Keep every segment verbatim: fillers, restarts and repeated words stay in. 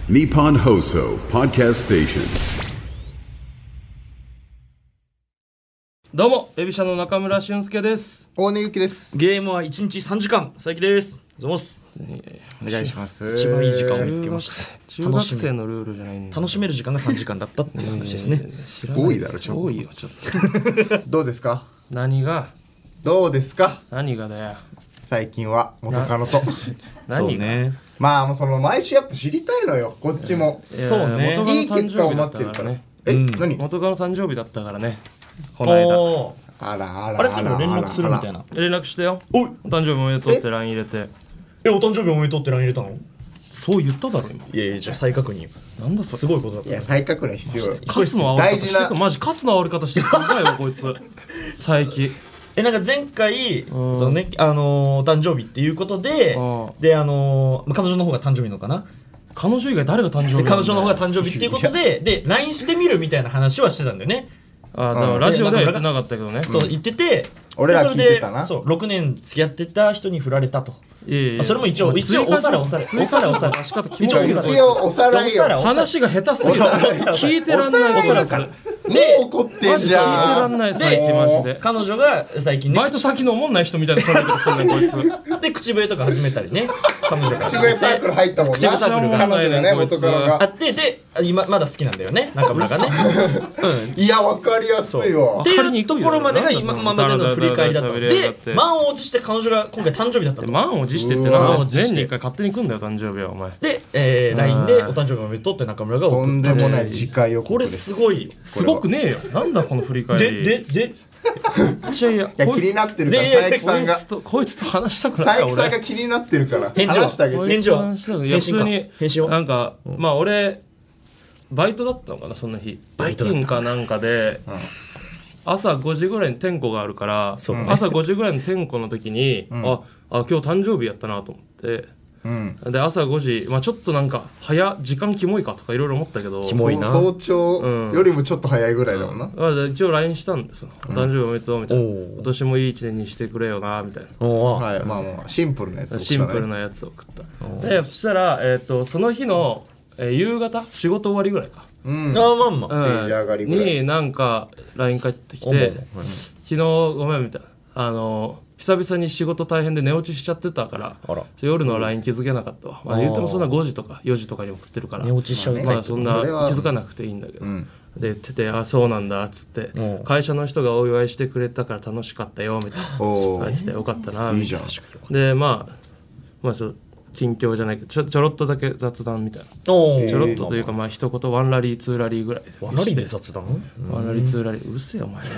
Nippon Hoso Podcast Station。 どうもエビシャの中村俊介です。 大根ゆきです。 ゲームはいちにちさんじかん佐伯です。おはようございます。 お願いします。 一番いい時間を見つけました。 中学生のルールじゃないんだ。 楽しめる時間がさんじかんだったっていう話ですね。 多いだろちょっと。 多いよちょっと。 どうですか。 何がどうですか。 何がだよ。 最近は元カノと何がね。 まあもうその毎週やっぱ知りたいのよこっちも。 そうね。 いい結果を待ってるからね。え、何。 元カノ誕生日だったからねこの間。 あらあらあれすぐ連絡するみたいな。 連絡してよ。お誕生日おめでとうって ライン 入れて。 えお誕生日おめでとうって ライン 入れたの。 そう言っただろ今。 いやいやじゃあ再確認。 なんだそれ。 すごいことだった。 いや再確認必要よ。 カスの煽り方してる。マジカスの煽り方してるよこいつ最近。 えなんか前回そのねあの誕生日っていうことでであの彼女の方が誕生日のかな。 彼女以外誰が誕生日。 彼女の方が誕生日っていうことでで ライン してみるみたいな話はしてたんだよね。 あだからラジオでは言ってなかったけどね。 そう言ってて、 俺ら聞いてたな。 そうろくねん付き合ってた人に振られたと。 いやいやそれも一応一応おさらおさらおさらおさら一応おさらいよ。 話が下手すぎる。聞いてらんない。 おさらから。 で怒ってんじゃん。 聞いてらんない最近マジで。 彼女が最近バイト先のおもんない人みたいな喋り方するねんこいつ。 で口笛とか始めたりね。彼女が口笛サークル入ったもんな。 口笛サークルが彼女がね元カノがあってで今まだ好きなんだよね中村がね。 いやわかりやすいわ。 っていうところまでが今までの振り返りだった。で満を持して彼女が今回誕生日だったと。 満を持してってな年にいっかい勝手に来んだよ誕生日はお前。 で、えー、ライン でお誕生日おめでとうって中村が送った。 とんでもない次回予告です。 これすごいすごくねえよ。なんだこの振り返り。 でででめっちゃいや。 いや気になってるから佐伯さんがこいつと話したくない。 佐伯さんが気になってるから返事を話してあげて。 返事をいや普通に返信をなんかまあ俺バイトだったのかなその日。 バイトだったかなんかで。朝ごじぐらいに点呼があるから、ね、朝ごじぐらいの点呼の時に、うん、ああ今日誕生日やったなと思って、うん、で朝ごじ、まあ、ちょっとなんか早時間キモいかとかいろいろ思ったけどキモいな早朝よりもちょっと早いぐらいだもんな、 うん、一応 ライン したんですよ、うん、お誕生日おめでとうみたいな、今年もいい一年にしてくれよなみたいな、 はい、まあまあシンプルなやつを送った、ね、 シンプルなやつを送ったでそしたら、えー、とその日の、えー、夕方仕事終わりぐらいかうん、 あまあまあ、 うん、になんか ライン 返ってきて、うん、昨日ごめんみたいなあの久々に仕事大変で寝落ちしちゃってたから夜の ライン 気づけなかったわ、まあ、言ってもそんなごじとかよじとかに送ってるから寝落ちしちゃう、 まあ、そんな気づかなくていいんだけど、うん、で言っててあそうなんだっつって会社の人がお祝いしてくれたから楽しかったよみたいな言っててよかったなみたいな。でまあまあそう近況じゃないけどち ょ, ちょろっとだけ雑談みたいなちょろっとというかまあ一言ワンラリーツーラリーぐらいワンラリーで雑談ワンラリーツーラリーうるせえよお前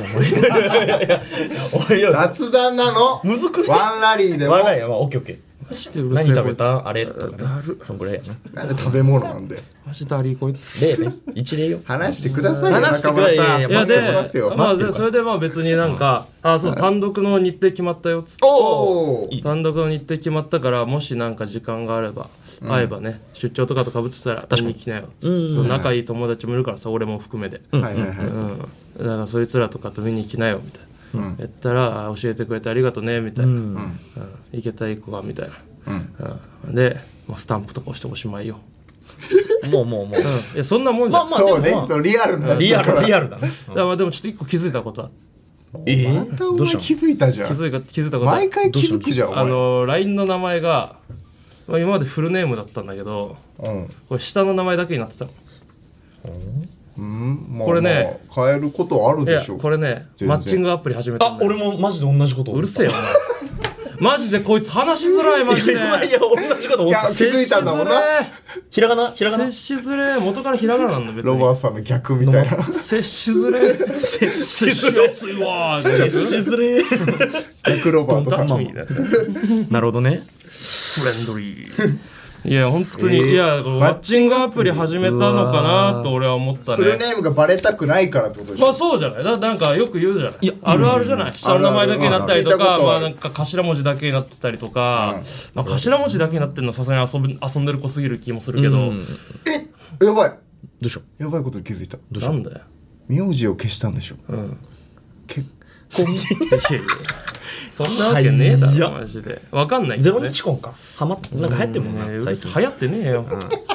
雑談なのむずくねワンラリーでもワンラリーはオッケーオッケーマジでうるせえ何食べたあれとかねそんぐらいやななんで食べ物なんでマジダリーこいつ例ね一例よ話してくださいよ話してくださいいやでまあそれでまあ別になんかあそう単独の日程決まったよっつって単独の日程決まったからもしなんか時間があれば会えばね出張とかとかぶってたら見に来なよそう仲いい友達もいるからさ俺も含めてだからそいつらとかと見に来なよみたいなうん、やったら教えてくれてありがとねみたいな、うんうん、行けたら行くわみたいな、うんうん、で、まあ、スタンプとか押しておしまいよもうもうもう、うん、いやそんなもんじゃん、 まあまあ、そうね、まあ、リアルなリアルリアルだね、 うん、だからでもちょっと一個気づいたことはえー、またお前気づいたじゃん気づいた気づいたこと毎回気づくじゃんあの ライン の名前が、まあ、今までフルネームだったんだけど、うん、これ下の名前だけになってたの、うんうんまあ、 これね、 まあ、変えることあるでしょ。 これねマッチングアプリ始めたんだよ。 あ俺もマジで同じことうるせえよお前マジでこいつ話しづらいマジでいやいや同じこと思ってた気づいたんだもんなひらがなひらがな接しづれ元からひらがななんだ別にロバートさんの逆みたいな接しづれ接しやすいわ接しづれ逆ロバートさんなるほどねフレンドリーいや本当に、えー、いやマッチングアプリ始めたのかなと俺は思ったね。 フルネームがバレたくないからってことでしょ。 まあそうじゃないだなんかよく言うじゃないいやあるあるじゃない、うん、下の名前だけになったりとかまあなんか頭文字だけになってたりとか、うん、まあ頭文字だけになってるのはさすがに遊び遊んでる子すぎる気もするけど、うん、 えやばいどうしようやばいことに気づいたどうしようなんだよ名字を消したんでしょ、うん、結婚いやいやそんなわけねえだろマジでわかんないけゼロどね日婚かはまなんか流行ってるもんね最近流行ってねえよ、うん、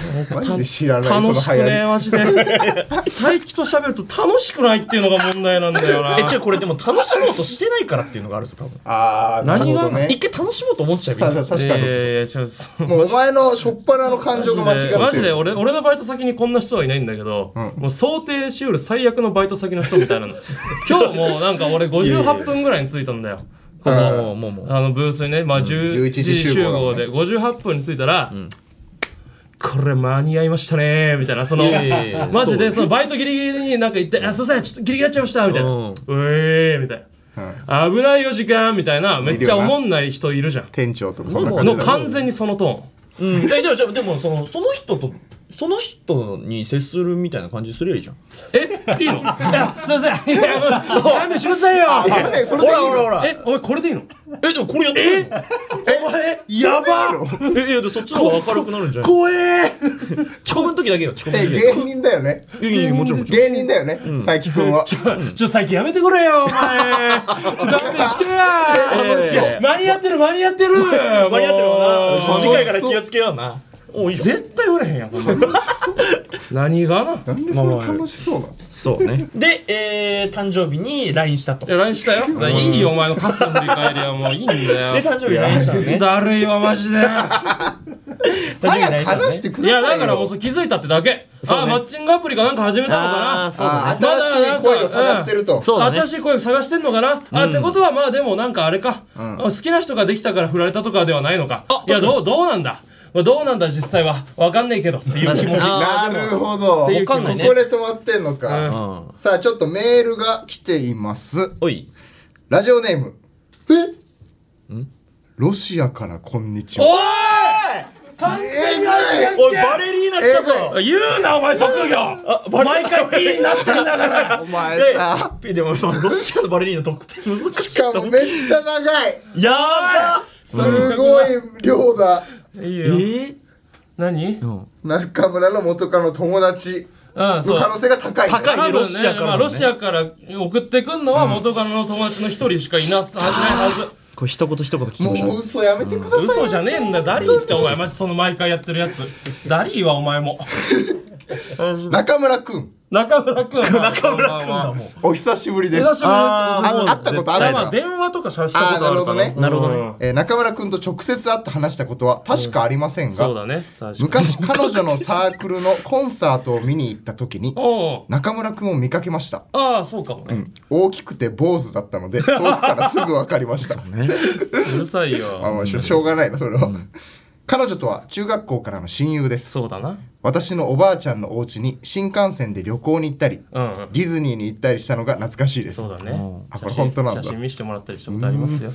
マジで知らない楽しくねその流行マジで佐伯と喋ると楽しくないっていうのが問題なんだよな。 え違うこれでも楽しもうとしてないからっていうのがあるぞ多分。 あーなるほどね。 一回楽しもうと思っちゃえばさいい。 あ確かに、 えー、 もうお前の初っ端の感情が間違ってる。 マジで俺俺のバイト先にこんな人はいないんだけど、うん、もう想定しうる最悪のバイト先の人みたいなの今日もなんか俺ごじゅうはっぷんぐらいに着いたんだよ。このもうもうあのブースにね、まあ、じゅういちじ集合でごじゅうはっぷんに着いたら、うん、これ間に合いましたねみたいなそのマジでそのバイトギリギリになんか言って「あすいませんちょっとギリギリやっちゃいました」みたいな「うえー」みたいな「危ないよ時間」みたいなめっちゃおもんない人いるじゃん。 店長とかそんな感じの完全にそのトーン。うん、えでもでもそのその人とその人に接するみたいな感じすりゃいいじゃん。 えいいの？いやすいません。いや勘弁してくださいよ。 それでそれでいいの？ ほらほらほら。 えお前これでいいの？ えでもこれやってるの？ お前やば。 えいやでそっちの方が明るくなるんじゃない？ 怖え。 遅刻の時だけよ。遅刻のえ時だけ。 芸人だよね。 いやもちろんもちろん。 芸人だよね。佐伯くんは。 ちょちょ最近やめてくれよお前。ちょ勘弁してや。間に合ってる間に合ってる。 間に合ってるわな。次回から気をつけような。 おい絶対売れへんやんこんな何がななんでそんな楽しそうなの。 そうね。で、えー、誕生日に ライン したと。 いや ライン したよ。いいよお前のカスの振り返りはもういいんだよ。 で誕生日 ライン したのね。 だるいわマジで。 早く話してくださいよ。 いやだからもう気づいたってだけ。ああマッチングアプリかなんか始めたのかな。 あそうだね。新しい声を探してると。 新しい声を探してんのかな。あってことはまあでもなんかあれか。好きな人ができたから振られたとかではないのか。いやどうどうなんだ。どうなんだ実際は分かんねえけどっていう気持ち。 なるほど。 分かんないね。 ここで止まってんのか。さあちょっとメールが来ています。 おい。 ラジオネーム。え？ん？ロシアからこんにちは。 おい！完全においバレリーナ来たぞ。 言うなお前職業。毎回 P になってんだから。 お前さ。 でもロシアのバレリーナ特典難しい。 しかもめっちゃ長い。 やば。 すごい量だ。 いいよ。えー、何？ 中村の元カノの友達の可能性が高い。 高いね。ロシアから、 まあロシアから送ってくんのは元カノの友達の一人しかいなさないはず。 これ一言一言聞きましょう。 もう嘘やめてください。 嘘じゃねえんだ。ダリーってお前マジその毎回やってるやつ。ダリーはお前も。 中村くん。 中村くん。 中村くんだもん。 お久しぶりです。 久しぶりです。 会ったことあるか。電話とかしたことあるか。 なるほどね。 なるほどね。中村くんと直接会って話したことは確かありませんが、 そうだね。 昔彼女のサークルのコンサートを見に行った時に中村くんを見かけました。 ああそうかもね。 大きくて坊主だったので遠くからすぐ分かりました。 うるさいよ。 まあしょうがないなそれは。彼女とは中学校からの親友です。 そうだな。 私のおばあちゃんのお家に新幹線で旅行に行ったり、うんうん、ディズニーに行ったりしたのが懐かしいです。 そうだね。 あ、これ本当なんだ。 写真見せてもらったりしたことありますよ。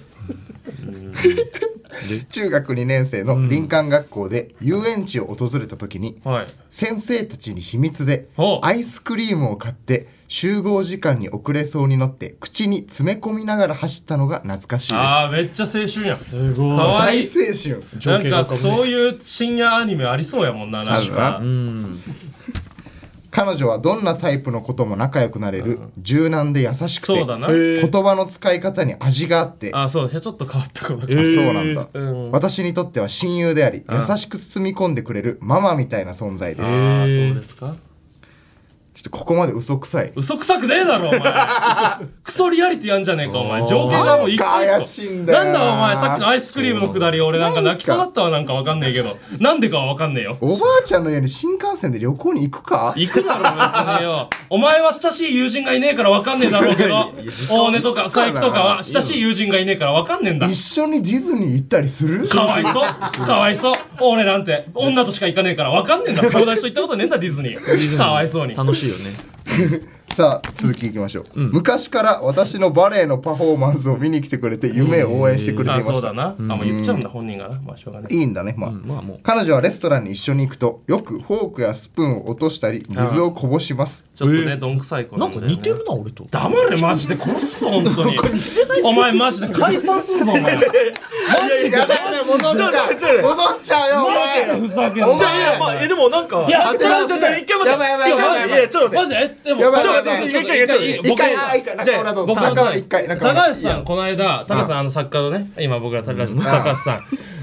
中学にねん生の林間学校で遊園地を訪れた時に、 はい、 先生たちに秘密でアイスクリームを買って集合時間に遅れそうになって口に詰め込みながら走ったのが懐かしいです。 あーめっちゃ青春やん。 すごい。 大青春。なんかそういう深夜アニメありそうやもんな。なんか彼女はどんなタイプのことも仲良くなれる柔軟で優しくて、言葉の使い方に味があって、 あそうちょっと変わった子だ。 そうなんだ。私にとっては親友であり優しく包み込んでくれるママみたいな存在です。 ああそうですか。 ちょっとここまで嘘くさい。 嘘くさくねえだろお前。クソリアリティやんじゃねえかお前。情景がもう一個一個。 怪しいんだよ。 なんだお前さっきのアイスクリームのくだり俺なんか泣きそうだったわ。なんかわかんねえけどなんでかはわかんねえよ。 おばあちゃんの家に新幹線で旅行に行くか。 行くだろ別によ。お前は親しい友人がいねえからわかんねえだろうけど大根とか佐伯とかは親しい友人がいねえからわかんねえんだ。 一緒にディズニー行ったりする。 かわいそうかわいそう。俺なんて女としか行かねえからわかんねえんだ。兄弟と行ったことねえんだディズニー。かわいそうに。 楽しいよね。 さあ続きいきましょう、うん、昔から私のバレエのパフォーマンスを見に来てくれて夢を応援してくれていました。 あそうだな。あもう言っちゃうんだ本人がな。まあしょうがない。 いいんだね。まあ、 うんまあ、もう彼女はレストランに一緒に行くとよくフォークやスプーンを落としたり水をこぼします。 ちょっとねどんくさい子なんだよね。なんか似てるな俺と。 黙れマジで殺すぞ本当に。お前マジで解散するぞお前。マジで戻っちゃう戻っちゃうよお前。 ふざけんな。 じゃあいやまあえでもなんかいやちょちょちょ一回待って。 やばいやばいやばいやばい。 いやちょっとマジででもやばいやばいちょっと一回一回一回一回中村どうぞ。中村一回。 高橋さんこの間高橋さんあの作家のね今僕ら高橋高橋さん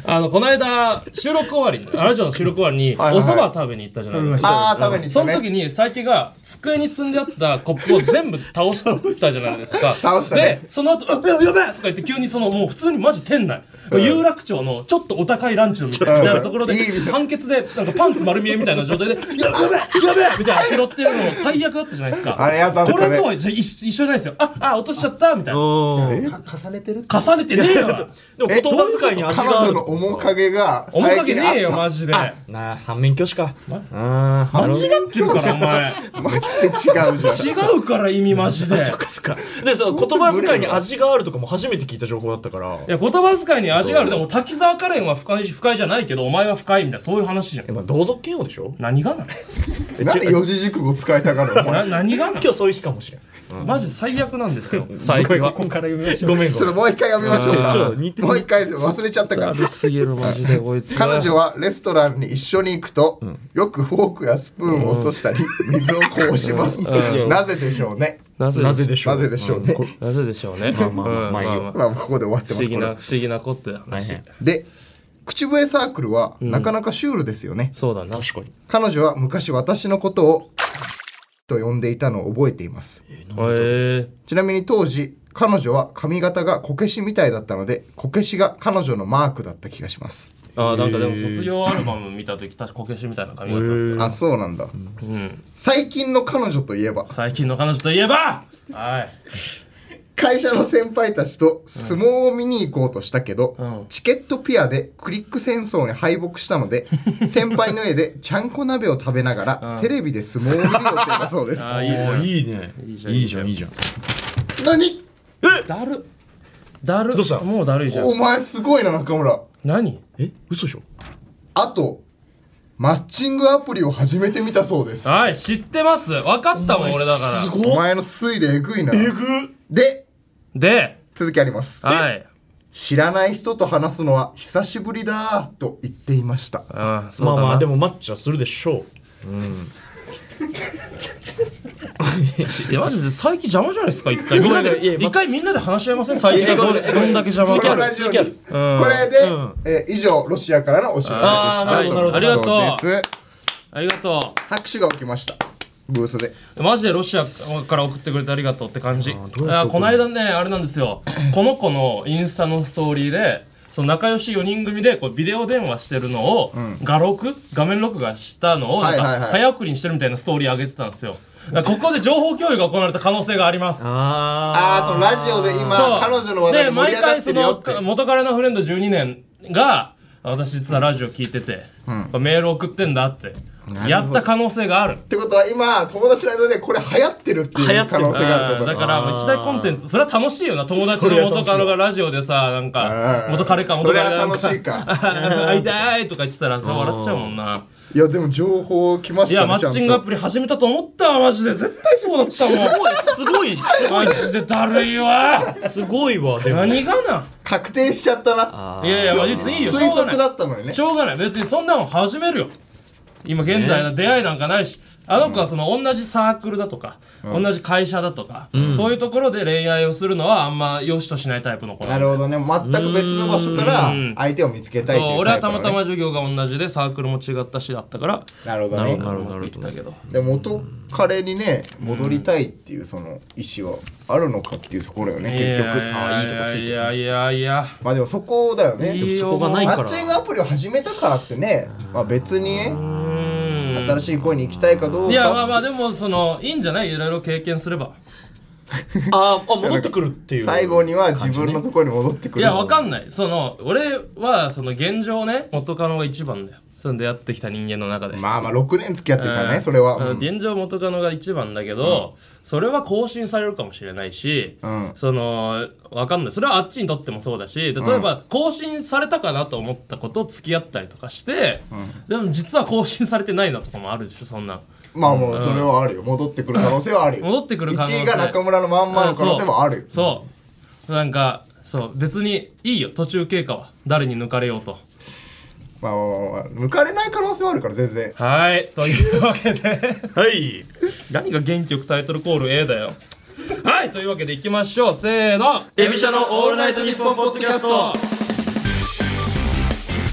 あのこの間収録終わりラジオの収録終わりにお蕎麦食べに行ったじゃないですか。 ああ食べに行ったね。 その時に佐伯が机に積んであったコップを全部倒したじゃないですか。 倒したね。 でその後「やべえやべえ!」とか言って急にそのもう普通にマジ店内、うん、有楽町のちょっとお高いランチの店みたいなところで、うん、判決でなんかパンツ丸見えみたいな状態で「やべえやべえ!」みたいな拾ってるの最悪だったじゃないですか。 あれやったね。 これとは一緒じゃないですよ。ああ落としちゃったみたいな。 重ねてる？ 重ねてねえよ。 でも言葉遣いに味がある。 彼女の面影が面影ねえよマジで。 なあ反面教師か。 あ間違ってるからお前。 マジで違うじゃん。 違うから意味マジで。 そっかそっか。でその言葉遣いに味があるとかも初めて聞いた情報だったから。 いや言葉遣いに味がある。でも滝沢カレンは不快不快じゃないけどお前は不快みたいなそういう話じゃん。 まあ同族嫌悪でしょ。 何がなの？ なんで四字熟語使いたがるお前。 何がなの？ 今日そういう日かもしれん。 マジ最悪なんですよ。最悪は。 ここから読みましょう。ごめんごめん。 ちょっともう一回読みましょうか。もう一回忘れちゃったから。 すぎるマジでこいつ。 彼女はレストランに一緒に行くと、うん、よくフォークやスプーンを落としたり、うん、水をこぼします、うん、なぜでしょうね。 なぜでしょう。 なぜでしょうね。 なぜでしょうね。 まあまあまあまあいいよ。 まあここで終わってます。 不思議な不思議なことや話。 で、口笛サークルはなかなかシュールですよね。 そうだな。 確かに。 彼女は昔私のことをと呼んでいたのを覚えています。 えー、 ちなみに当時彼女は髪型がこけしみたいだったので、こけしが彼女のマークだった気がします。 ああなんかでも卒業アルバム見た時確かこけしみたいな髪型だった。 あそうなんだ、うん、最近の彼女といえば最近の彼女といえばはい会社の先輩たちと相撲を見に行こうとしたけど、うん、チケットピアでクリック戦争に敗北したので先輩の家でちゃんこ鍋を食べながら、うん、テレビで相撲を見る予定だそうです。 あいいねいいねいいじゃんいいじゃんいいじゃん。 何？ えだるだるどうした？ もうだるいじゃん。 お前すごいな中村。 何？ え嘘でしょ。 あとマッチングアプリを始めてみたそうです。 はい知ってます分かったもん俺だから。 すごいお前の推理えぐいな。 えぐでで続きあります。 はい知らない人と話すのは久しぶりだと言っていました。 ああまあまあでもマッチはするでしょう。うんいやマジで最近邪魔じゃないですか。一回みんなで一回みんなで話し合いません。最近どんだけ邪魔か。 これで、えー、以上ロシアからのお知らせでした。 ありがとうありがとうありがとう。 拍手が起きましたブースで。 マジでロシアから送ってくれてありがとうって感じ。あこの間ねあれなんですよこの子のインスタのストーリーでその仲良しよにん組でこうビデオ電話してるのを、うん、画録画面録画したのをなんか早送りにしてるみたいなストーリー上げてたんですよ。ここで情報共有が行われた可能性があります。 ああそのラジオで今彼女の話題で盛り上がってるよって。 で毎回その元彼のフレンドじゅうにねんが私実はラジオ聞いてて、うん、メール送ってんだってやった可能性がある。 ってことは今友達の間でこれ流行ってるっていう可能性があるってことだからもう一大コンテンツ。それは楽しいよな友達の元彼がラジオでさなんか元彼か元彼が楽しいか会いたいとか言ってたらさ笑っちゃうもんな。 いやでも情報来ましたね。 いやマッチングアプリ始めたと思ったわマジで絶対そうだったもん。 すごいすごいマジでだるいわすごいわ。でも何がな確定しちゃったな。 いやいや別にいいよ推測だったのにね。 しょうがない別にそんなの始めるよ。今現代の出会いなんかないし、あの子はその同じサークルだとか、うん、同じ会社だとか、うん、そういうところで恋愛をするのはあんま良しとしないタイプの子。 なるほどね。全く別の場所から相手を見つけたいっていうタイプ、ね、 俺はたまたま授業が同じでサークルも違ったしだったから。 なるほどね。 なるほどね。だけどで元彼にね戻りたいっていうその意思はあるのかっていうところよね、結局。 ああいいとこついてる。いやいやいやまあでもそこだよね。 いいそこがないから。マッチングアプリを始めたからってね、まあ、別にね新しい恋に行きたいかどうか。 いやまあまあでもそのいいんじゃない？いろいろ経験すればああ戻ってくるっていう最後には自分のところに戻ってくる。 いやわかんない。その俺はその現状ね元カノが一番だよ。その出会ってきた人間の中でまあまあろくねん付き合ってるからね、それは、 うん、現状元カノが一番だけど、うん、それは更新されるかもしれないし、うん、そのわかんない。それはあっちにとってもそうだし、例えば更新されたかなと思ったことを付き合ったりとかして、うん、でも実は更新されてないなとかもあるでしょそんな。 まあもうそれはあるよ、戻ってくる可能性はあるよ戻ってくる可能性いちいが中村のまんまの可能性もあるよ。 そう、そうなんかそう別にいいよ途中経過は誰に抜かれようと。 まあ、抜かれない可能性はあるから全然。 はいというわけではい何が原曲タイトルコール A だよはいというわけでいきましょう。せーのエビシャのオールナイトニッポンポッドキャスト。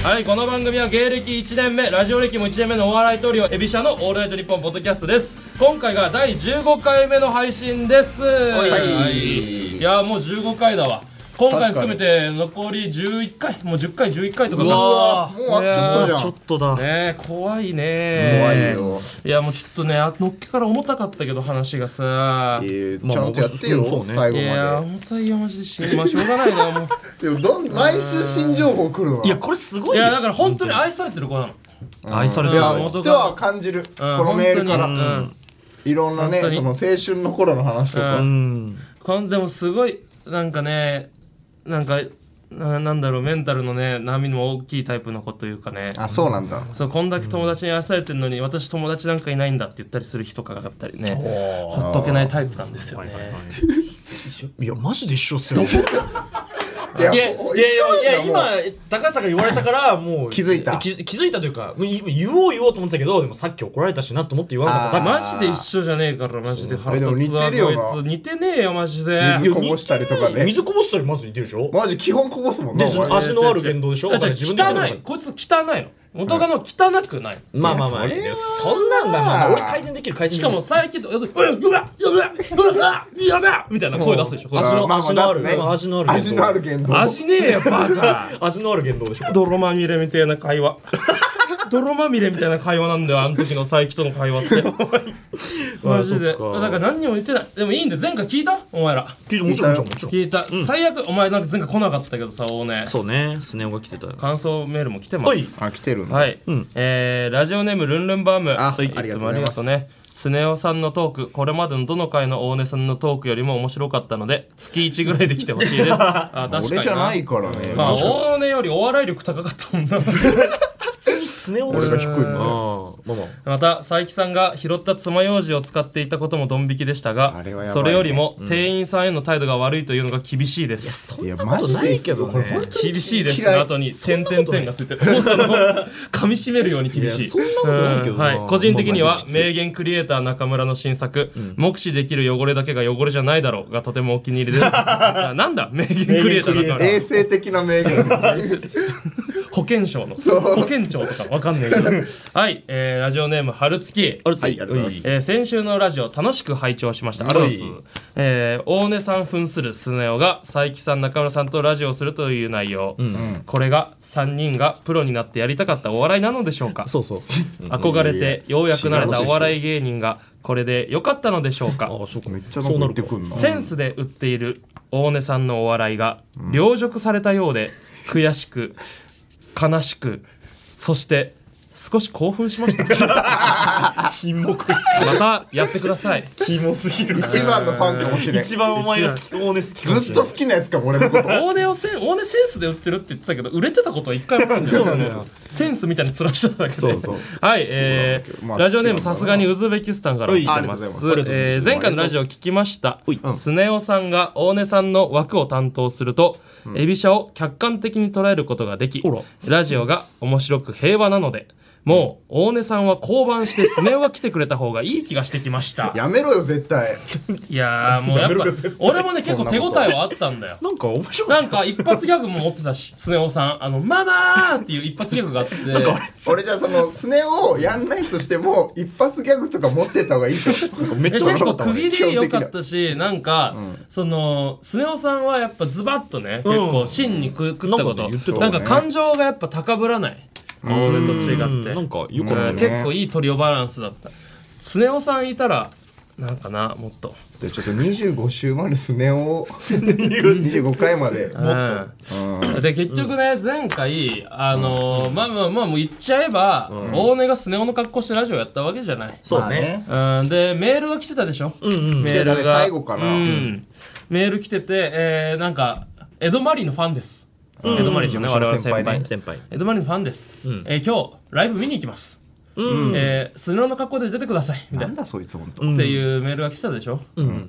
はい、この番組は芸歴いちねんめ、ラジオ歴もいちねんめのお笑いトリオエビシャのオールナイトニッポンポッドキャストです。今回がだいじゅうごかいめの配信です。はい、はい、いやもうじゅうごかいだわ。今回含めて残りじゅういっかい、もうじゅっかいじゅういっかいとかか。うわもうあとちょっとじゃん。 ちょっとだね。怖いね。 怖いよ。 いやもうちょっとね、のっけから重たかったけど話がさ、 えー、ちゃんとやってよ、まあね、最後まで。いや重たいよマジでし、まあしょうがないなもう。 でもどん毎週新情報来るわ。 いやこれすごいよ。 いやだから本当に愛されてる子なの。 愛されてる。 いや実は感じる、このメールから、うん、いろんなねその青春の頃の話とか、うん、 こんでもすごいなんかね、なんかな, なんだろうメンタルのね波も大きいタイプの子というかね。 あ、そうなんだ。 そう、こんだけ友達に愛されてるのに、うん、私友達なんかいないんだって言ったりする人があったりね、ほっとけないタイプなんですよね。 いやマジで一緒っすよ。 いやいやいやいや今高橋さんが言われたからもう気づいた気, 気づいたというか言おう言おうと思ってたけど、でもさっき怒られたしなと思って言わなかった。 マジで一緒じゃねえからマジで腹立つわ。こいつ似てねえよマジで。 水こぼしたりとかね。 水こぼしたりまず似てるでしょ。 マジ基本こぼすもんね。 足のある言動でしょ。 自分で汚い。こいつ汚いの。元カノ汚くない。 まあまあまあそんなんだ。まあ俺改善できる改善できる。 しかも最近うわうわうわうわやだみたいな声出すでしょ。 足の足のある足のある足のある言動。 足ねえよバカ。 足のある言動でしょ。 泥まみれみたいな会話。泥まみれみたいな会話なんだよ、あの時の佐伯との会話って。マジで。だから何にも言ってない。でもいいんで、前回聞いたお前ら。 聞いた、もちろんもちろん。 聞いた。最悪、お前なんか前回来なかったけどさ、大ね。 そうね、スネ夫が来てた。 感想メールも来てます。 あ、来てるの。 はい。えー、ラジオネームルンルンバーム。 あ、 いつもありがとうね。スネ夫さんのトーク、これまでのどの回の大根さんのトークよりも面白かったので月いちぐらいで来てほしいです。あ、確かに俺じゃないからね。 まあ大根よりお笑い力高かったもんな。 普通にスネ夫俺が低いな。 また佐伯さんが拾った爪楊枝を使っていたこともドン引きでしたが、れね、それよりも店員さんへの態度が悪いというのが厳しいです。 いやマジでないけどね。 厳しいですの後に点々点がついてる。もうその噛み締めるように厳しい。 そんなことないけどな、 はい、個人的には名言クリエイター中村の新作、うん、目視できる汚れだけが汚れじゃないだろうがとてもお気に入りです。なんだ名言クリエイター中村。 衛生的な名言。 保健省の保健庁とかわかんないけど。はい、えー、ラジオネーム春月。 はい、ありがとうございます。 えー、先週のラジオ楽しく拝聴しました。ありがとうございます。えー、大根さん扮するスネ夫が佐伯さん中村さんとラジオをするという内容、うんうん、これがさんにんがプロになってやりたかったお笑いなのでしょうか。 そうそうそう。 憧れてようやくなれたお笑い芸人がこれで良かったのでしょうか。 ああ、そうか、めっちゃ残ってくんな。 センスで売っている大根さんのお笑いが凌辱されたようで悔しく悲しく、そして少し興奮しました。 キモくまたやってください。 キモすぎる。 一番のファンかもしれない。 一番お前が好き、大根好き。 ずっと好きなやつかも俺のこと。 大根をセン、大根センスで売ってるって言ってたけど、売れてたことは一回もないんだよね。センスみたいに面してただけで。 そうそう。 はい、えー、ラジオネームさすがにウズベキスタンから来てます。えー、前回のラジオ聞きました。スネ夫さんが大根さんの枠を担当すると、エビシャを客観的に捉えることができ、ラジオが面白く平和なので。もう大根さんは降板してスネ夫が来てくれた方がいい気がしてきました。 やめろよ絶対。 いやーもうやっぱ俺もね結構手応えはあったんだよ。 なんか面白かった。 なんか一発ギャグも持ってたし、スネ夫さんあのママーっていう一発ギャグがあって。 俺じゃあそのスネ夫をやんないとしても一発ギャグとか持ってた方がいいと。 めっちゃ面白かった。区切り良かったし、なんか、うん、そのスネ夫さんはやっぱズバッとね、結構芯に食ったこと、うん、なんか感情がやっぱ高ぶらない。大根と違ってなんかよかったね。 結構いいトリオバランスだった。スネ夫さんいたらなんかな、もっとでちょっとにじゅうご週までスネ夫にじゅうごかいまでもっと、うん、で結局ね、うん、前回あのーうん、まあまあまあもう言っちゃえば、うん、大根がスネ夫の格好してラジオやったわけじゃない。 そうね、 うん、でメールが来てたでしょ、うんうん、メールが最後かな、うん、 メール来てて、えー、なんかエドマリーのファンです。エドマリーですよね、我々先輩ね。先輩。エドマリーのファンです。うん、えー、今日ライブ見に行きます。うん、えー、スネ夫の格好で出てくださいみたいな。 なんだそいつ本当。 っていうメールが来たでしょ。うん。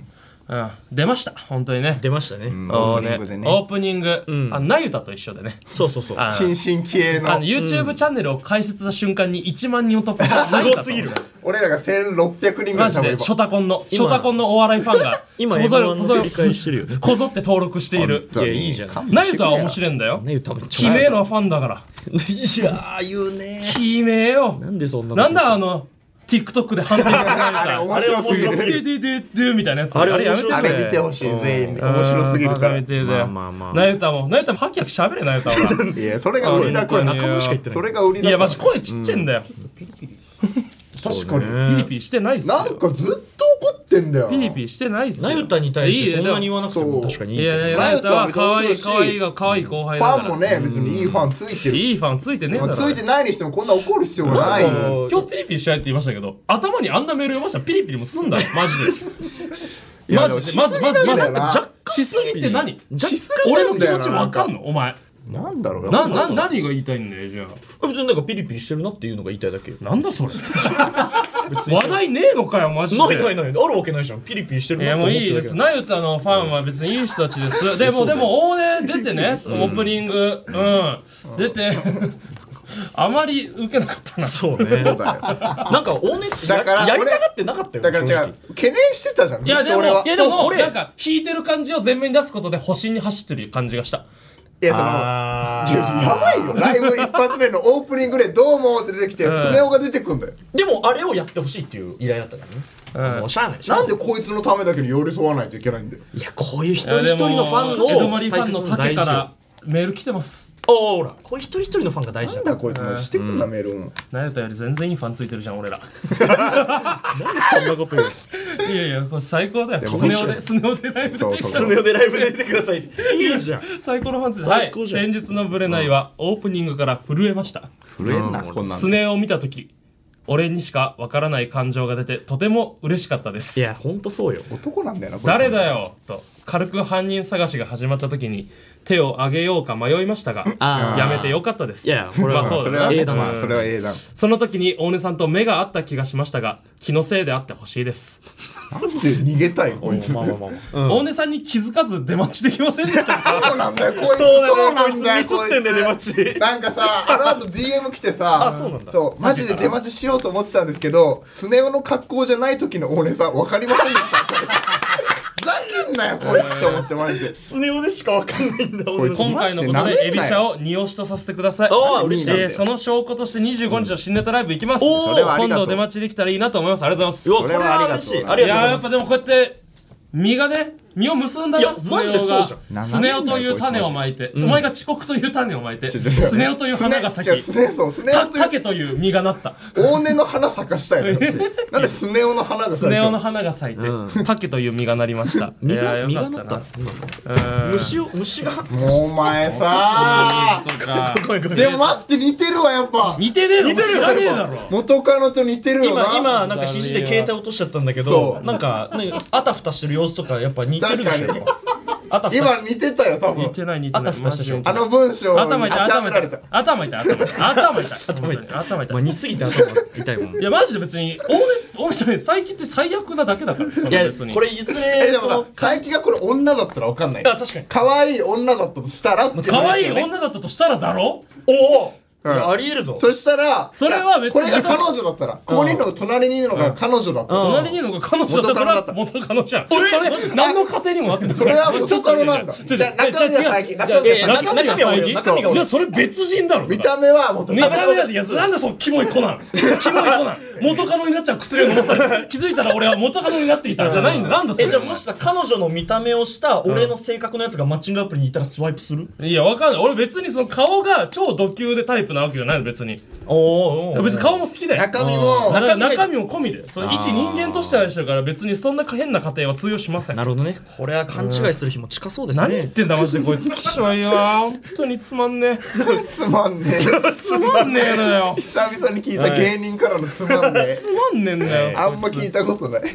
うん、出ました本当にね出ましたね、 うん、オープニングでねオープニング、うん、あなゆたと一緒でねそうそうそう新進気鋭のあの YouTube、うん、チャンネルを開設した瞬間にいちまんにんを突破したすごすぎる俺らがせんろっぴゃくにんぐらいマジでショタコンのショタコンのお笑いファンが今エムワンの繰り返してるよねこぞって登録しているいやいいじゃんなゆたは面白いんだよキメのファンだからいやー言うねキメよなんでそんななんだあのTikTok で判定されたあれ面白すぎるドゥドゥドゥドゥみたいなやつあれやめてあれ見てほしい全員面白すぎるからまあまあまあなゆたもなゆたもハキハキ喋れなゆたはいやそれが売りだこれ仲間しか言ってないそれが売りだいやマジ声ちっちゃいんだよ確かにピリピリしてないっすよなんかずっと怒ってんだよピリピリしてないっすよなゆたに対してそんなに言わなくても確かにいいいやいやなゆたは可愛い可愛いが可愛い後輩だからファンもね別にいいファンついてるいいファンついてねえだろついてないにしてもこんな怒る必要がない今日ピリピリしないって言いましたけど頭にあんなメール読ましたらピリピリもすんだよマジですマジでまずまずまず若干しすぎって何俺の気持ち分かんのお前なんだろうなな何が言いたいんだよじゃあ別になんかピリピリしてるなっていうのが言いたいだけなんだそれ話題ねえのかよマジでないないないあるわけないじゃんピリピリしてるないやもういいですなゆたのファンは別にいい人たちですでもでも大根出てねオープニングうん出てあまり受けなかったなそうねなんか大根だからやりたがってなかったよだから違う懸念してたじゃんずっと俺はいやでも俺なんか弾いてる感じを前面に出すことで保身に走ってる感じがしたいやそのやばいよライブ一発目のオープニングでどうもって出てきてスネ夫が出てくんだよでもあれをやってほしいっていう依頼だったからねもうしゃあないなんでこいつのためだけに寄り添わないといけないんだよいやこういう一人一人のファンのエドマリファンの竹からメール来てますおおらこういう一人一人のファンが大事だなんだこいつもしてくんなメールもなゆたより全然いいファンついてるじゃん俺らなんでそんなこと言ういやいやこれ最高だよスネ夫でスネ夫でライブでスネ夫でライブで出てくださいいいじゃん最高のファンついてはい先日のブレないはオープニングから震えました震えんなこんなんスネ夫を見た時俺にしかわからない感情が出てとても嬉しかったですいやほんとそうよ男なんだよなこいつ誰だよと軽く犯人探しが始まった時に手を挙げようか迷いましたがやめてよかったですいやこれはそうだなそれはそれは英断その時に大根さんと目が合った気がしましたが気のせいであってほしいですなんで逃げたいこいつまあまあまあうん大根さんに気づかず出待ちできませんでしたそうなんだよこいつそうなんだよこいつミスってんだよ出待ちなんかさあの後 ディーエム 来てさあそうなんだそうマジで出待ちしようと思ってたんですけどスネ夫の格好じゃない時の大根さん分かりませんでしたふざけんなよこいつと思ってマジでスネ夫でしかわかんないんだこいつ今回のことでエビシャを二押しとさせてくださいおー嬉しいえーその証拠としてにじゅうごにちの新ネタライブ行きます、 おーそれはありがとう今度出待ちできたらいいなと思いますありがとうございますうわそれはありがとうこれは嬉しいあいりがとうございますやーやっぱでもこうやって実がね実を結んだいやなスネ夫マジでそうがじゃんスネ夫という種をまいてお前が遅刻という種をまいてスネ夫という花が咲きスネそうスネ夫という竹という実がなった大根の花咲かしたいのなんでスネ夫の花がス咲いちゃうネ夫の花が咲いて竹という実がなりましたい実がやーよかった実がなったなうん虫を虫がもうお前さとかごめんごめんでも待って似てるわやっぱ似てねえの似てるよ知らねえだろ元カノと似てるよな今今なんか肘で携帯落としちゃったんだけどそうなんかねあたふたしてる様子とかやっぱ似てるでしょ確かにやっぱあたふた今似てたよ多分似てない似てないあたふたした瞬間あの文章に頭痛い頭痛い当てはめられた頭痛い頭痛い頭痛い頭痛い頭痛いまあ似すぎて頭痛いもんいやマジで別に大根大根じゃない最近って最悪なだけだからそいやれ別にこれいずれえでもさその佐伯がこれ女だったら分かんないあ確かに可愛い女だったとしたらっていう可愛い話よね女だったとしたらだろおおうんありえるぞそしたらそれは別にいやこれが彼女だったらここにいるのが隣にいるのが彼女だったら隣にいるのが彼女だったらそれは元カノじゃんそれ何の家庭にもなってるそれは元カノなんだちょじゃあ中身は最近中身はえ最近中身は最近中身がじゃあそれ別人だろ見た目は元見カノた目だっていやなんでそうキモい子なんキモい子なん元カノになっちゃう薬を飲まされ気づいたら俺は元カノになっていたじゃないんだなんだそれえじゃあもしさ彼女の見た目をした俺の性格のやつがマッチングアプリにいたらスワイプするいやわかんない俺別にその顔が超ド級でタイプなわけじゃないの別におーおー別に顔も好きだよ中身も中中身も込みでそれ一人間としてあれしてるから別にそんな変な家庭は通用しませんなるほどねこれは勘違いする日も近そうですね何言ってんだマジでこいつきしょいわ本当につまんねつまんねええつまんねえのよ久々に聞いた芸人からのつまんねえつまんねえんだよあんま聞いたことない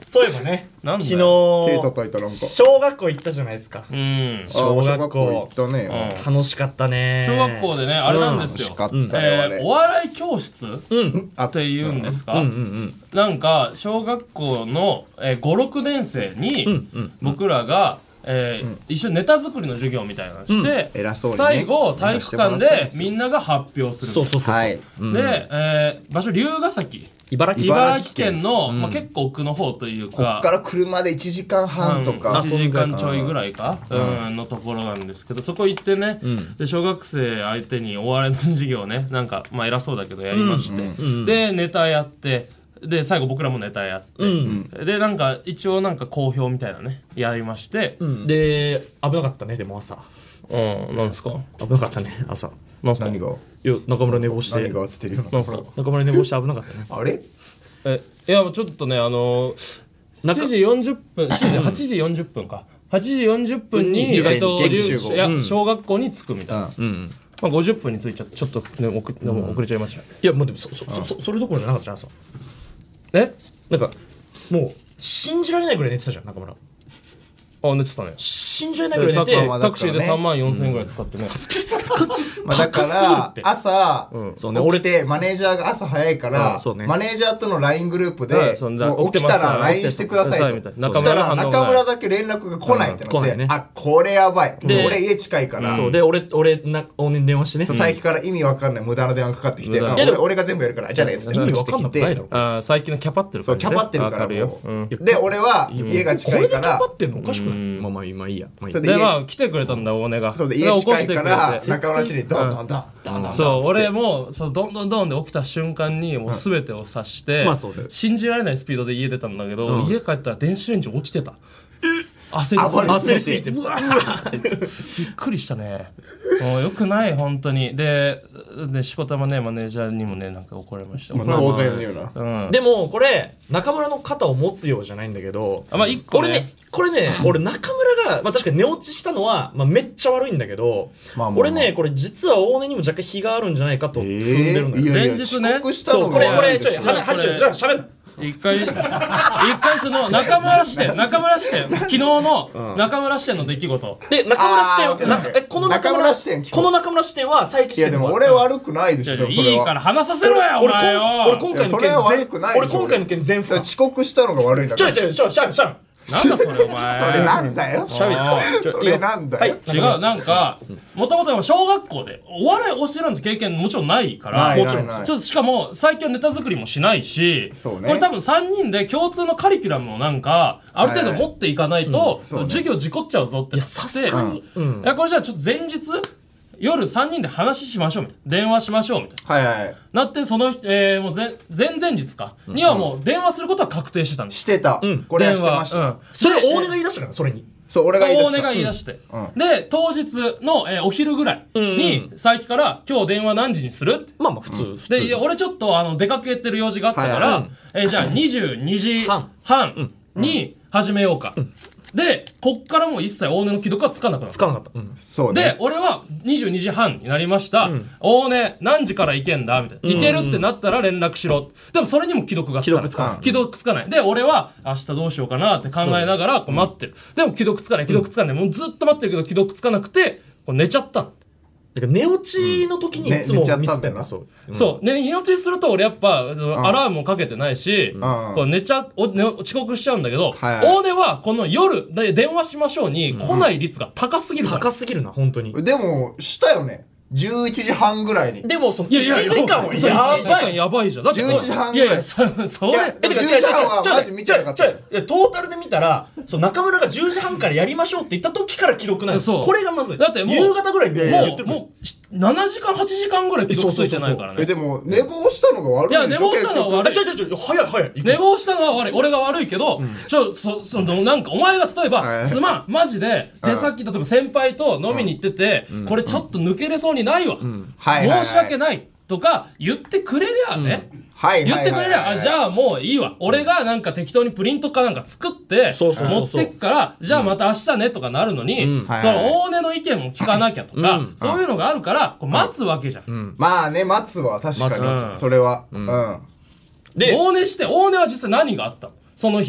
そういえばね、 なんだ昨よ日手叩いたなんか小学校行ったじゃないですか。 うん小学校あ小学校行ったね、 うん楽しかったね。 小学校でねあれなんですよ、 楽しかったよあれ、 えーお笑い教室うんっていうんですか、 うんうんうんなんか小学校の、えー、ごろくねん生にうんうん僕らが、えー一緒にネタ作りの授業みたいなのして、 偉そうにね最後体育館でみんなが発表するそうそうそう。 はいうんで、えー場所龍ヶ崎茨城茨城県の、まあ、結構奥の方というこかっから車でいちじかんはんとか、 いちじかんちょいぐらいか、うん、のところなんですけどそこ行ってね、で小学生相手にお笑いの授業をねなんかまあ偉そうだけどやりまして、でネタやってで最後僕らもネタやって、 うんでなんか一応なんか好評みたいなねやりまして、 うんで危なかったね。でも朝うん、なんですか危なかったね朝。 なんすか何がいや中村寝坊して何が映ってるよなんすか中村寝坊して危なかったね。 あれえいやちょっとねあのー、しちじよんじゅっぷんしちじはちじよんじゅっぷんかはちじよんじゅっぷんに、 うんえっと劇集合いやうん小学校に着くみたいな、 うんまあ、ごじゅっぷんに着いちゃってちょっと、ね、遅でも遅れちゃいました、 いやもうでもそそそそそれどころじゃなかったじゃん朝。 えなんかもう信じられないぐらい寝てたじゃん中村。 あ寝てたね信じられないぐらい寝タクて。 タクシーでさんまんよんせんえんぐらい使ってね、 まあ、だか高すぎるらって朝、 そうね起きてマネージャーが朝早いから、 うんそうねマネージャーとの ライン グループうんで、 そんなもう起きたら ライン起きてますしてくださいみたと。 いなそしたら中村の反応が中村だけ連絡が来ないってなって、 うん来ないねあこれやばい。 で俺家近いから、 そうで俺俺なおねに電話してね。 そう佐伯から意味わかんない無駄な電話かかってきて、 無駄うん俺俺が全部やるからじゃあねっつって意味してきわかんなくないだてろ。 あー最近のキャパってるそう感じ、ね、 キャパってるからわかるよも、ううん、 で俺は家が近いからこれでキャパってんのおかしくない。まあまあ今いいや。まあいいやそれでまあ来てくれたんだ大根がそうでで家近いか起こしてくられて中村家にドンドンドンドンドンそう俺ももそうドンドンドンで起きた瞬間にもう全てを察して、 まあそうだよ信じられないスピードで家出たんだけど、 うん家帰ったら電子レンジ落ちてた焦りすぎて暴れ焦りすぎてうわーってびっくりしたねもうよくない本当にででしこたまねマネージャーにもねなんか怒られました、 まあ当然のようなうん、 でもこれ中村の肩を持つようじゃないんだけど、 あまあ一個ね俺ねこれね俺中村が、まあ、確かに寝落ちしたのは、まあ、めっちゃ悪いんだけど、 まあまあまあ俺ねこれ実は大根にも若干非があるんじゃないかと踏んでるんだよ、 いやいや前日ね遅刻したそうのがこれこれちょい悪いでしょ話話しようじゃあ喋んな一回一回その中村支店中村支店昨日の中村支店の出来事で中村支あーオッケー店なえこの中村中村支店聞こうこの中村支店は佐伯いやでも支店の俺悪くないでしょでもそれいいはから話させろよお俺前よ俺今回のいやそれは悪く件ないでしょ俺今回の件全不可遅刻したのが悪いんだからちょいちょいちょいしゃんしゃんなんだそれおそれ前なんだよそれなんだよ違うなんかもともと小学校でお笑い教えるなんて経験もちろんないからないもちろんないないちょっとしかも最近はネタ作りもしないしそうねこれ多分さんにんで共通のカリキュラムをなんかある程度持っていかないとそうね授業事故っちゃうぞってなってさすがにうんいやこれじゃあちょっと前日夜さんにんで話しましょうみたいな電話しましょうみたいなはいはいなってその、えー、もう前前々日か、にはもう電話することは確定してたんですしてたこれはしてまし電話たそれ大根が言い出したからそれにそう俺が言い出大根がした言い出して、 うんで当日の、えーお昼ぐらいに佐伯から「今日電話何時にする?」ってまあまあ普通普で通いや俺ちょっとあの出かけてる用事があったから、 はいはいえーじゃあにじゅうにじはんに始めようか、でこっからもう一切大根の既読はつかなくなったつかなかったうんでそうね俺はにじゅうにじはんになりました、大根何時から行けんだみたいな、行けるってなったら連絡しろでもそれにも既読がつかない既読つかない既読つかないで俺は明日どうしようかなって考えながらこう待ってる、でも既読つかない既読つかない、もうずっと待ってるけど既読つかなくてこう寝ちゃったの、 だから寝落ちの時にいつもね寝ちゃったんだよなミスってんだそうそうね寝落ちすると俺やっぱアラームもかけてないし、こう寝ちゃお、ね、遅刻しちゃうんだけど、 はいはい大根はこの夜で電話しましょうに来ない率が高すぎるから、 高すぎるな本当にでもしたよねじゅういちじはんぐらいにでもそのいやいやいちじかんはそうやばいちじかんいやばいじゃんだってじゅういちじはんぐらいいやいやそそれいやえてか違う違う違うじゅうじはんはマジ見てなかった違う違う違うトータルで見たらそう中村がじゅうじはんからやりましょうって言った時から既読ないのそうこれがまずいだってもう夕方ぐらいにもう言ってるもうもうななじかんはちじかんぐらい既読ついてないからねえでも寝坊したのが悪いでしょいや寝坊したのは悪いあ違う違う違う早い早い寝坊したのは悪い俺が悪いけど、ちょそそのなんかお前が例えば、 はいすまんマジで出先例えば先輩と飲みに行ってて、これちょっと抜けれそうにないわ、 はいはいはい申し訳ないとか言ってくれりゃね、 はい言ってくれりゃ、 はいはいはいあじゃあもういいわ俺がなんか適当にプリントかなんか作ってそうそうそう持そうってくからじゃあまた明日ねとかなるのに、 はいその大根の意見も聞かなきゃとか、 うんそういうのがあるからこう待つわけじゃん、 まあね待つは確か待つにそれはうんで大根して大根は実際何があったのその日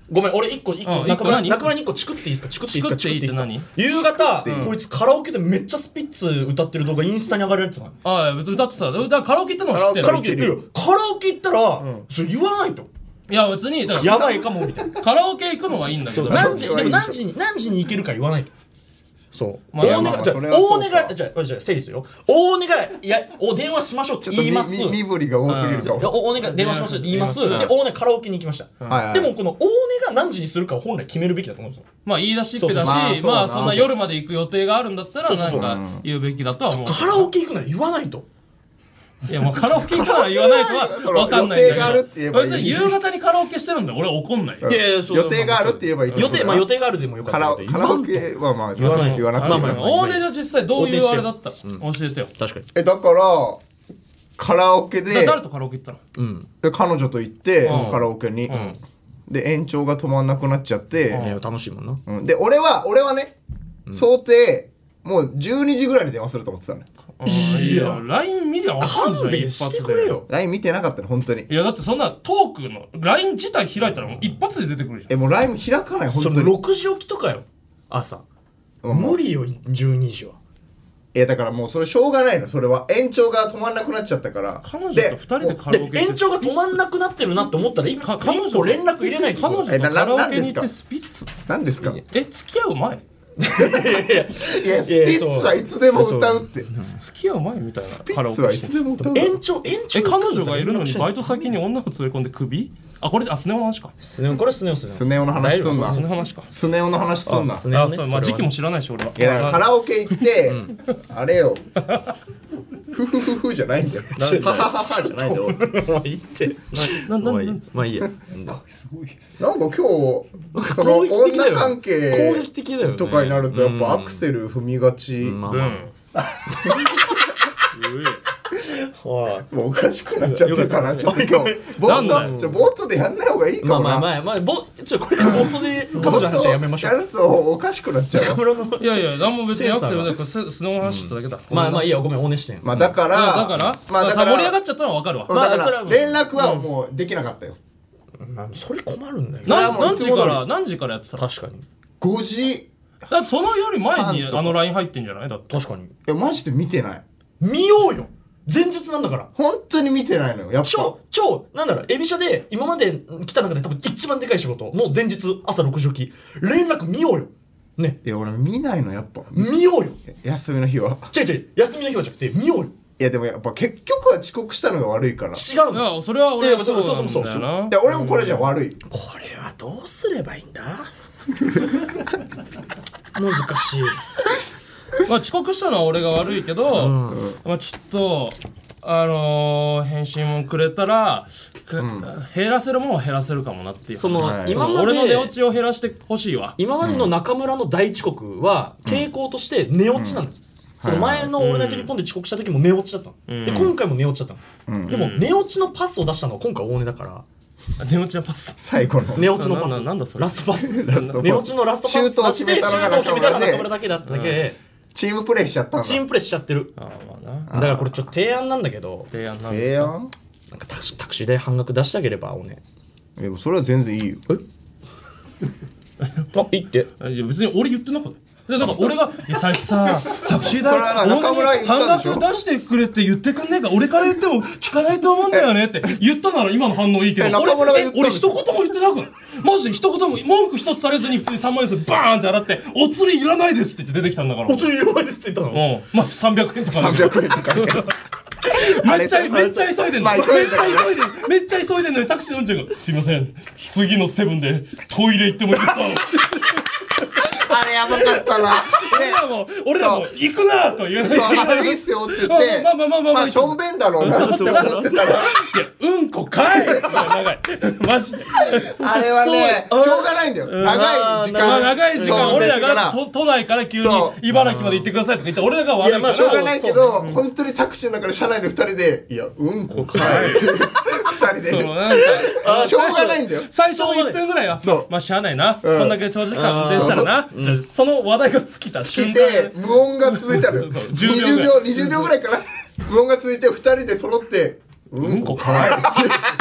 ごめん俺一個一個うん中村一個何中村に一個チクっていいですかチクっていいですかチクっていいって何夕方こいつカラオケでめっちゃスピッツ歌ってる動画インスタに上がるやつなのああ別に歌ってただからカラオケ行ったのは知ってるカラオケいやカラオケ行ったらそれ言わないといや別にだからやばいかもみたいなカラオケ行くのはいいんだけど何時でも何時に何時に行けるか言わないとそうまあ大根がじゃあ大根がじじゃあじゃあ整理するよ大根がいやお電話しましょうって言いますちょっと身振りが多すぎるかも。 お大根が電話しましょうって言いますで言います大根カラオケに行きましたはいはいでもこの大根が何時にするかを本来決めるべきだと思うんですよまあ言い出しっぺだしそうそうまあそうだなまあそんな夜まで行く予定があるんだったらそうそうそうなんか言うべきだとは思うカラオケ行くなら言わないといやもうカラオケ行くなら言わないとは分かんないんだけど予定があるって言えばいい別に夕方にカラオケしてるんだよ俺は怒んないよいやいやそう予定があるって言えばいいってことだな予定まあ予定があるでもよかカラったけどカラオケはまあ言わない言わなくていいまあまあ大根が実際どういうあれだった教えてよ確かにえだからカラオケでだ誰とカラオケ行ったのうんで彼女と行ってうんカラオケにんで延長が止まんなくなっちゃっていや楽しいもんなうんで俺は俺はね想定もうじゅうにじぐらいに電話すると思ってたのよいや ライン 見りゃ分かんじゃん勘弁してくれよライン 見てなかったの本当にいやだってそんなトークの ライン 自体開いたらもう一発で出てくるじゃんえもう ライン 開かないそれ本当にろくじ起きとかよ朝もう無理よじゅうにじはえだからもうそれしょうがないのそれは延長が止まんなくなっちゃったから彼女と二人でカラオケで延長が止まんなくなってるなって思ったら一か彼女一歩連絡入れないと彼女えなとカラオケにななんですか行ってスピッツ何ですかえ付き合う前いやスピッツはいつでも歌うって付き合う前みたいなスピカラオケしてッツはいつでも歌う延長延長え彼女がいるのにバイト先に女を連れ込んでクビあこれあスネ夫の話かスネ夫これスネ夫スネ夫スネ夫の話すんスネ夫のな話かスネ夫の話すんなあスネ夫ねあそうまあ時期も知らないし俺はいやだからカラオケ行ってあれよふふふふじゃないんだよははははじゃないんだよまあいいってなななまあいいまあいいやなんか今日その攻撃的だよ女関係攻撃的だよねとかになるとやっぱアクセル踏みがちまあまうんあはいもうおかしくなっちゃってるかなちょっと今日冒なんだよ頭ちょ冒頭でやんない方がいいかまあもなまあまあまあぼちょこれから冒頭で彼女の話はやめましょうやるとおかしくなっちゃうわ中村のいやいや何も別にアクセルだからススネ夫の話しっただけだまあまあいいやごめんおねしてんまあだからだからまあだから盛り上がっちゃったのは分かるわだからまあそれはもう連絡はもうできなかったよまあそれ困るんだよそれはもう何時いつも通りから何時からやってたの確かにごじだってそのより前に半とかあの ライン 入ってんじゃないだって確かにいやマジで見てない見ようよ前日なんだから本当に見てないのよやっぱ超超なんだろうエビシャで今まで来た中で多分一番でかい仕事の前日朝ろくじ起き連絡見ようよねいや俺見ないのやっぱ見ようよ休みの日は違う違う休みの日はじゃなくて見ようよいやでもやっぱ結局は遅刻したのが悪いからい違うのいやそれは俺はそうなんそうそうそうだよなや俺もこれじゃ悪いこれはどうすればいいんだ難しいまあ遅刻したのは俺が悪いけど、まあちょっとあのー、返信もくれたら、く減らせるものは減らせるかもなっていうその、 はい今ま俺の寝落でちを減らしてほしいわ今までの中村の大遅刻は傾向として寝落ちなの、その前の「オールナイトニッポン」で遅刻した時も寝落ちだったの、で今回も寝落ちだったの、でも寝落ちのパスを出したのは今回大根だから寝落ちのパス最後の寝落ちのパスなななんだそれラストパスラストパス寝落ちのラストパスシュートを決めたのがシュートを決めたのが中村で中村だけだっただけでチームプレーしちゃったんだチームプレーしちゃってるああまあなだからこれちょっと提案なんだけど提案なんですかええやんなんかタクシータクシー代半額出してあげればおねいやそれは全然いいよあいいっていや別に俺言ってなかったでだから俺が「いや佐伯さタクシー代それはな中村が言ったんでしょ半額出してくれって言ってくんねえか俺から言っても聞かないと思うんだよね」って言ったなら今の反応いいけどえ中村が言ったんで俺しょ俺一言も言ってなくないマジで一言も文句一つされずに普通にさんまん円バーンって払って「お釣りいらないです」って言って出てきたんだからお釣りいらないですって言ったのうんまあさんびゃくえんとかさんびゃくえんとかねめっちゃめっちゃ急いでんの、 まあめっち急いでたからゃ急いでんめっちゃ急いでんのにタクシーの運転が「すいません次のセブンでトイレ行ってもいいですか?」 あれやばかったな俺らも俺らも行くなとは言えないそうあれいいっすよって言ってまあまあまあまあまあまあしょんべんだろうなって思ってたらいやうんこかい長いマジであれはねしょうがないんだよ長い時間まあ長い時間そう俺らですからが都都内から急にそう茨城まで行ってくださいとか言って俺らが悪いからしょうがないけど本当にタクシーの中で車内でふたりでいやうんこかいふたりでそうなんかしょうがないんだよ最初のいっぷんぐらいはそうまあしゃあないな、 うんこんだけ長時間運転したらな、その話題が尽きた瞬来間て無音が続いたのよそうにじゅうびょうにじゅうびょうぐらいかな無音が続いてふたりで揃ってうんこかいって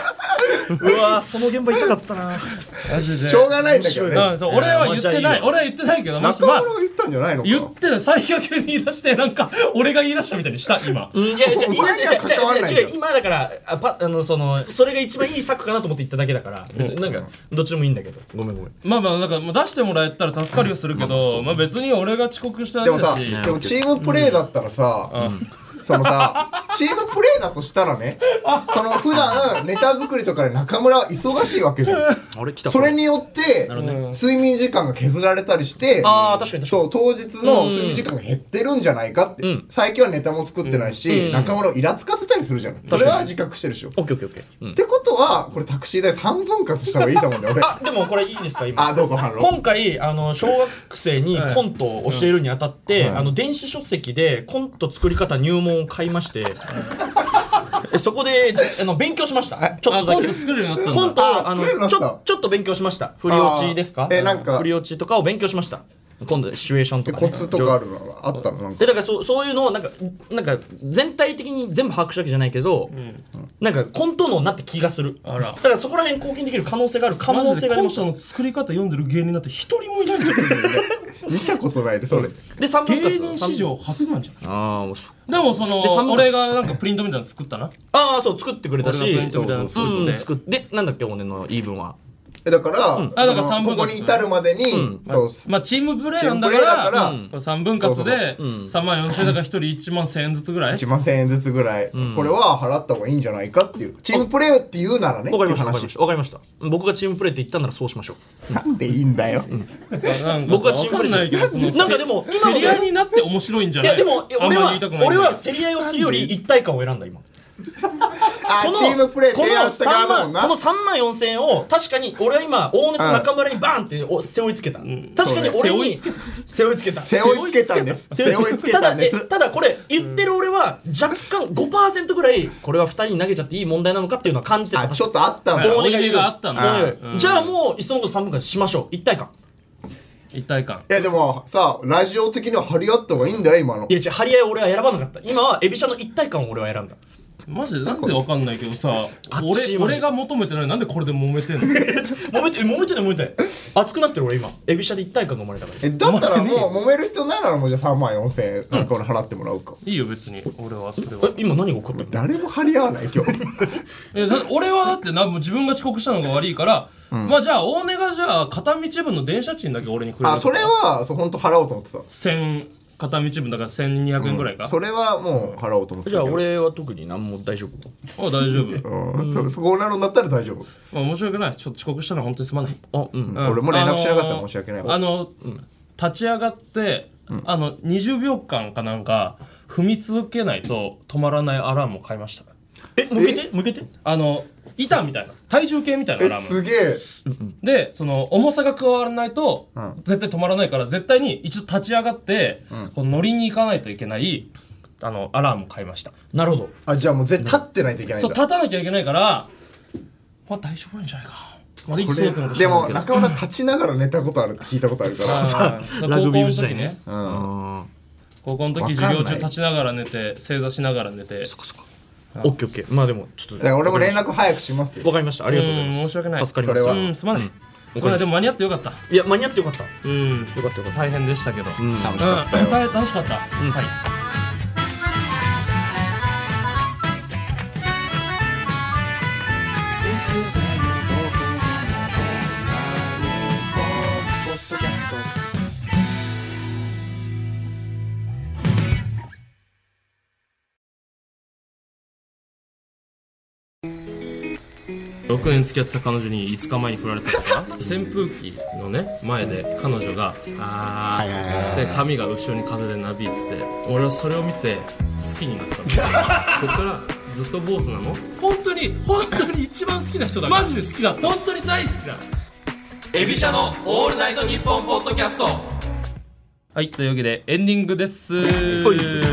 うわその現場痛かったなマジでしょうがないんだけどね、 うん、そう俺は言ってない俺は言ってないけどもしまあ中村が言ったんじゃないのか言ってない最悪に言い出してなんか俺が言い出したみたいにした今うん、いやいやいやいやお前には関わんないんだよ違う今だからあパあのそのそれが一番いい策かなと思って言っただけだから別になんかどっちでもいいんだけどごめんごめんまあまあなんかもう出してもらえたら助かりはするけど、まあ別に俺が遅刻しただでもさけだしでもチームプレーだったらさ、そのさチームプレーだとしたらねその普段ネタ作りとかで中村は忙しいわけじゃんあれ来たそれによって睡眠時間が削られたりしてあー確かに確かにそう当日の睡眠時間が減ってるんじゃないかって、 うん最近はネタも作ってないし、 うん中村をイラつかせたりするじゃん、それは自覚してるでしょ、 オッケーオッケーオッケー、うんってことはこれタクシー代さんぶん割した方がいいと思うんだよ俺あでもこれいいですか今あどうぞ反論今回あの小学生にコントを教えるにあたって、 はいあの電子書籍でコント作り方入門を買いましてえそこであの勉強しましたちょっとだけあコント作れるようになったんだコントああの作れるようになったちょちょっと勉強しました振り落ちですかあーえなんか振り落ちとかを勉強しました今度シチュエーションとか、ね、 コツとかあるのあったのなんかでだからそそういうのをなんかなんか全体的に全部把握したわけじゃないけど、なんかコント脳になって気がするあらだからそこら辺貢献できる可能性がある可能マジでコン性がありましたトの作り方読んでる芸人なんて一人もいないんじゃないよね見たことないでそれでさんぶん割芸人史上初なんじゃんああもうそうでもそので三分俺がなんかプリントみたいなの作ったなああそう作ってくれたし俺がプリントみたいなの作ってうん作ってでなんだっけ俺の言い分はえだから、 あだから三分割ここに至るまでに、そうまあチームプレーなんだかチームプレーだかららさんぶん割でそうさんまんよんせん円だからひとりいちまんせんえんずつぐらいいちまんせんえんずつぐらい、これは払った方がいいんじゃないかっていうチームプレーって言うならねわかりましたっていう話わかりましたわかりました僕がチームプレーって言ったならそうしましょなんでいいんだよ、 なんか僕はチームプレーわかんないけどそのなんかでも今ので競り合いになって面白いんじゃないういやでもえ俺はあんまり言いたくない俺は競り合いをするより一体感を選んだ今あチームプレー提案した側だもんなこのさんまんよんせんえんを確かに俺は今大根と中村にバーンってお背負いつけた、確かに俺に背負いつけた背負いつけたんです背負いつけたんですただえただこれ言ってる俺は若干 ごパーセント ぐらいこれはふたりに投げちゃっていい問題なのかっていうのは感じてたあちょっとあったんだ追い入れがあったんだ大根がうんじゃあもういっそのことさんぶん割しましょう一体感一体感いやでもさラジオ的には張り合った方がいいんだよ今のいや違う張り合いを俺は選ばなかった今はエビシャの一体感を俺は選んだマジでなんでわかんないけどさあっちマジ俺俺が求めてないなんでこれで揉めてんの揉めて揉めてない揉めてない熱くなってる俺今エビシャで一体感が生まれたからえだったらもう揉める必要ないならもうじゃあさんまんよんせんえんなんか俺払ってもらうか、 いいよ別に俺はそれはえ今何が起こったの誰も張り合わない今日えだって俺はだってなもう自分が遅刻したのが悪いから、まあじゃあ大根がじゃあ片道分の電車賃だけ俺にくれるあそれはそう本当払おうと思ってた千片道分だからせんにひゃくえんぐらいか、 それはもう払おうと思ってじゃあたけど俺は特に何も大丈夫あ大丈夫うんそそこなのだったら大丈夫、 まあ申し訳ないちょっと遅刻したのは本当にすまない、 あうんうん俺も連絡しなかったら申し訳ないわあの、立ち上がって、あのにじゅうびょうかんかなんか踏み続けないと止まらないアラームを買いましたえ向けて向けてあの板みたいな体重計みたいなアえラームすげえでその重さが加わらないとん絶対止まらないから絶対に一度立ち上がって、こう乗りに行かないといけないあのアラームを買いましたなるほどあじゃあもう絶対立ってないといけないんそうだ立たなきゃいけないからまあ大丈夫なんじゃないかまだいこつそうくのとれでも中村立ちながら寝たことあるって聞いたことあるからあーラグ高校のビー時代ね時ねうん高校の時わかんない授業中立ちながら寝て正座しながら寝てそっかそっかオッケーオッケーまあでもちょっとだから俺も連絡早くしますよわかりましたありがとうございますうん申し訳ない助かりますそれはうんすまないすまないでも間に合ってよかったいや間に合ってよかったうんよかったよかった大変でしたけどうん楽しかったよ、 大変楽しかったはいろくねん付き合ってた彼女にいつかまえに振られたとか扇風機のね前で彼女があはいはいはいはいーで髪が後ろに風でなびいてて俺はそれを見て好きになったんだよこっからずっと坊主なの本当に本当に一番好きな人だマジで好きだ本当に大好きだエビシャのオールナイトニッポンポッドキャストはいというわけでエンディングですい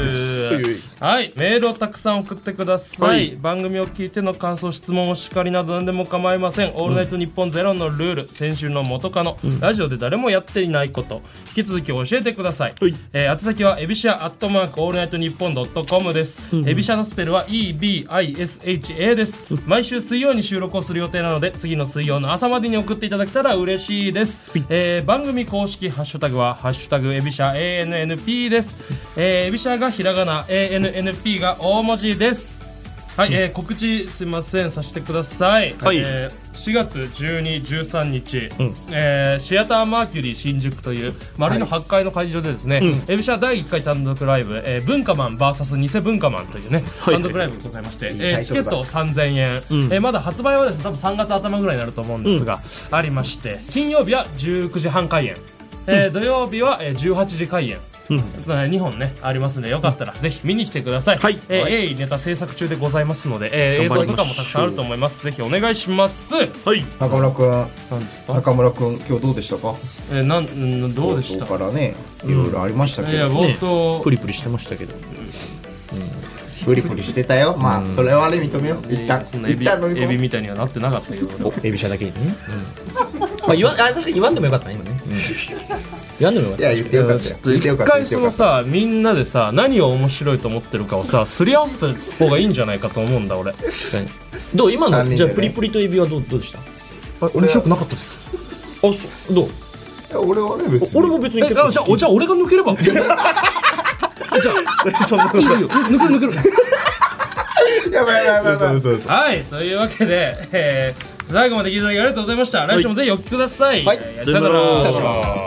はい、メールをたくさん送ってください、はい、番組を聞いての感想、質問、お叱りなど何でも構いません。オールナイトニッポンゼロのルール、先週の元カノ、うん、ラジオで誰もやっていないこと、引き続き教えてください、はい、えー、宛先はエビシャアットマークオールナイトニッポンドットコムです、うん、エビシャのスペルは イービーアイエスエイチエー です、うん、毎週水曜に収録をする予定なので次の水曜の朝までに送っていただけたら嬉しいです、はい、えー、番組公式ハッシュタグはハッシュタグエビシャ エーエヌエヌピー です、えー、エビシャがひらがな エーエヌエヌピー が大文字です。はい、えー、告知すいませんさせてください、はい、えー、しがつじゅうに、じゅうさんにち、うん、えー、シアターマーキュリー新宿という丸のはちかいの会場でですね、はい、エビシャだいいっかい単独ライブ、えー、文化マン ブイエス 偽文化マンというね、はい、単独ライブがございまして、はい、えー、チケットさんぜんえん、うん、えー、まだ発売はですね多分さんがつあたまぐらいになると思うんですが、うん、ありまして、金曜日はじゅうくじはん開演、えー、土曜日はじゅうはちじ開演、うん、にほんねありますのでよかったらぜひ見に来てください、はい、えーはい、鋭意ネタ制作中でございますので、えー、映像とかもたくさんあると思います。ぜひお願いします。はい、 中村くん、何ですか？中村くん今日どうでしたか？ えー、なんどうでした？ 冒頭からねいろいろありましたけど、うん、いや冒頭、ね、プリプリしてましたけど、うん、 プリプリしてたよ。まあ、うん、それはあれ認めよう。一旦、 そんなエビ、 一旦飲み込む。 エビみたいにはなってなかったけど、 エビシャだけにね。うん、まあ言わ、あ、確かに言わんでもよかったね今ね。うん、言わんでもよかった。 いや言ってよかったよ。 ちょっと一回そのさ、みんなでさ、何を面白いと思ってるかをさ、すり合わせた方がいいんじゃないかと思うんだ俺。 どう今の、ね、じゃあプリプリとエビはどうどうでした？ あ、面白くなかったです。 あ、そうどう？いや俺はね別に。 俺も別に結構。 じゃあじゃあ俺が抜ければ。じゃあそんなこといいよ。抜ける抜ける。 やばいやばいやばい。 はい、というわけで、えー、最後まで聞いていただきありがとうございました。来週もぜひお聞きください。 はい、 さよなら。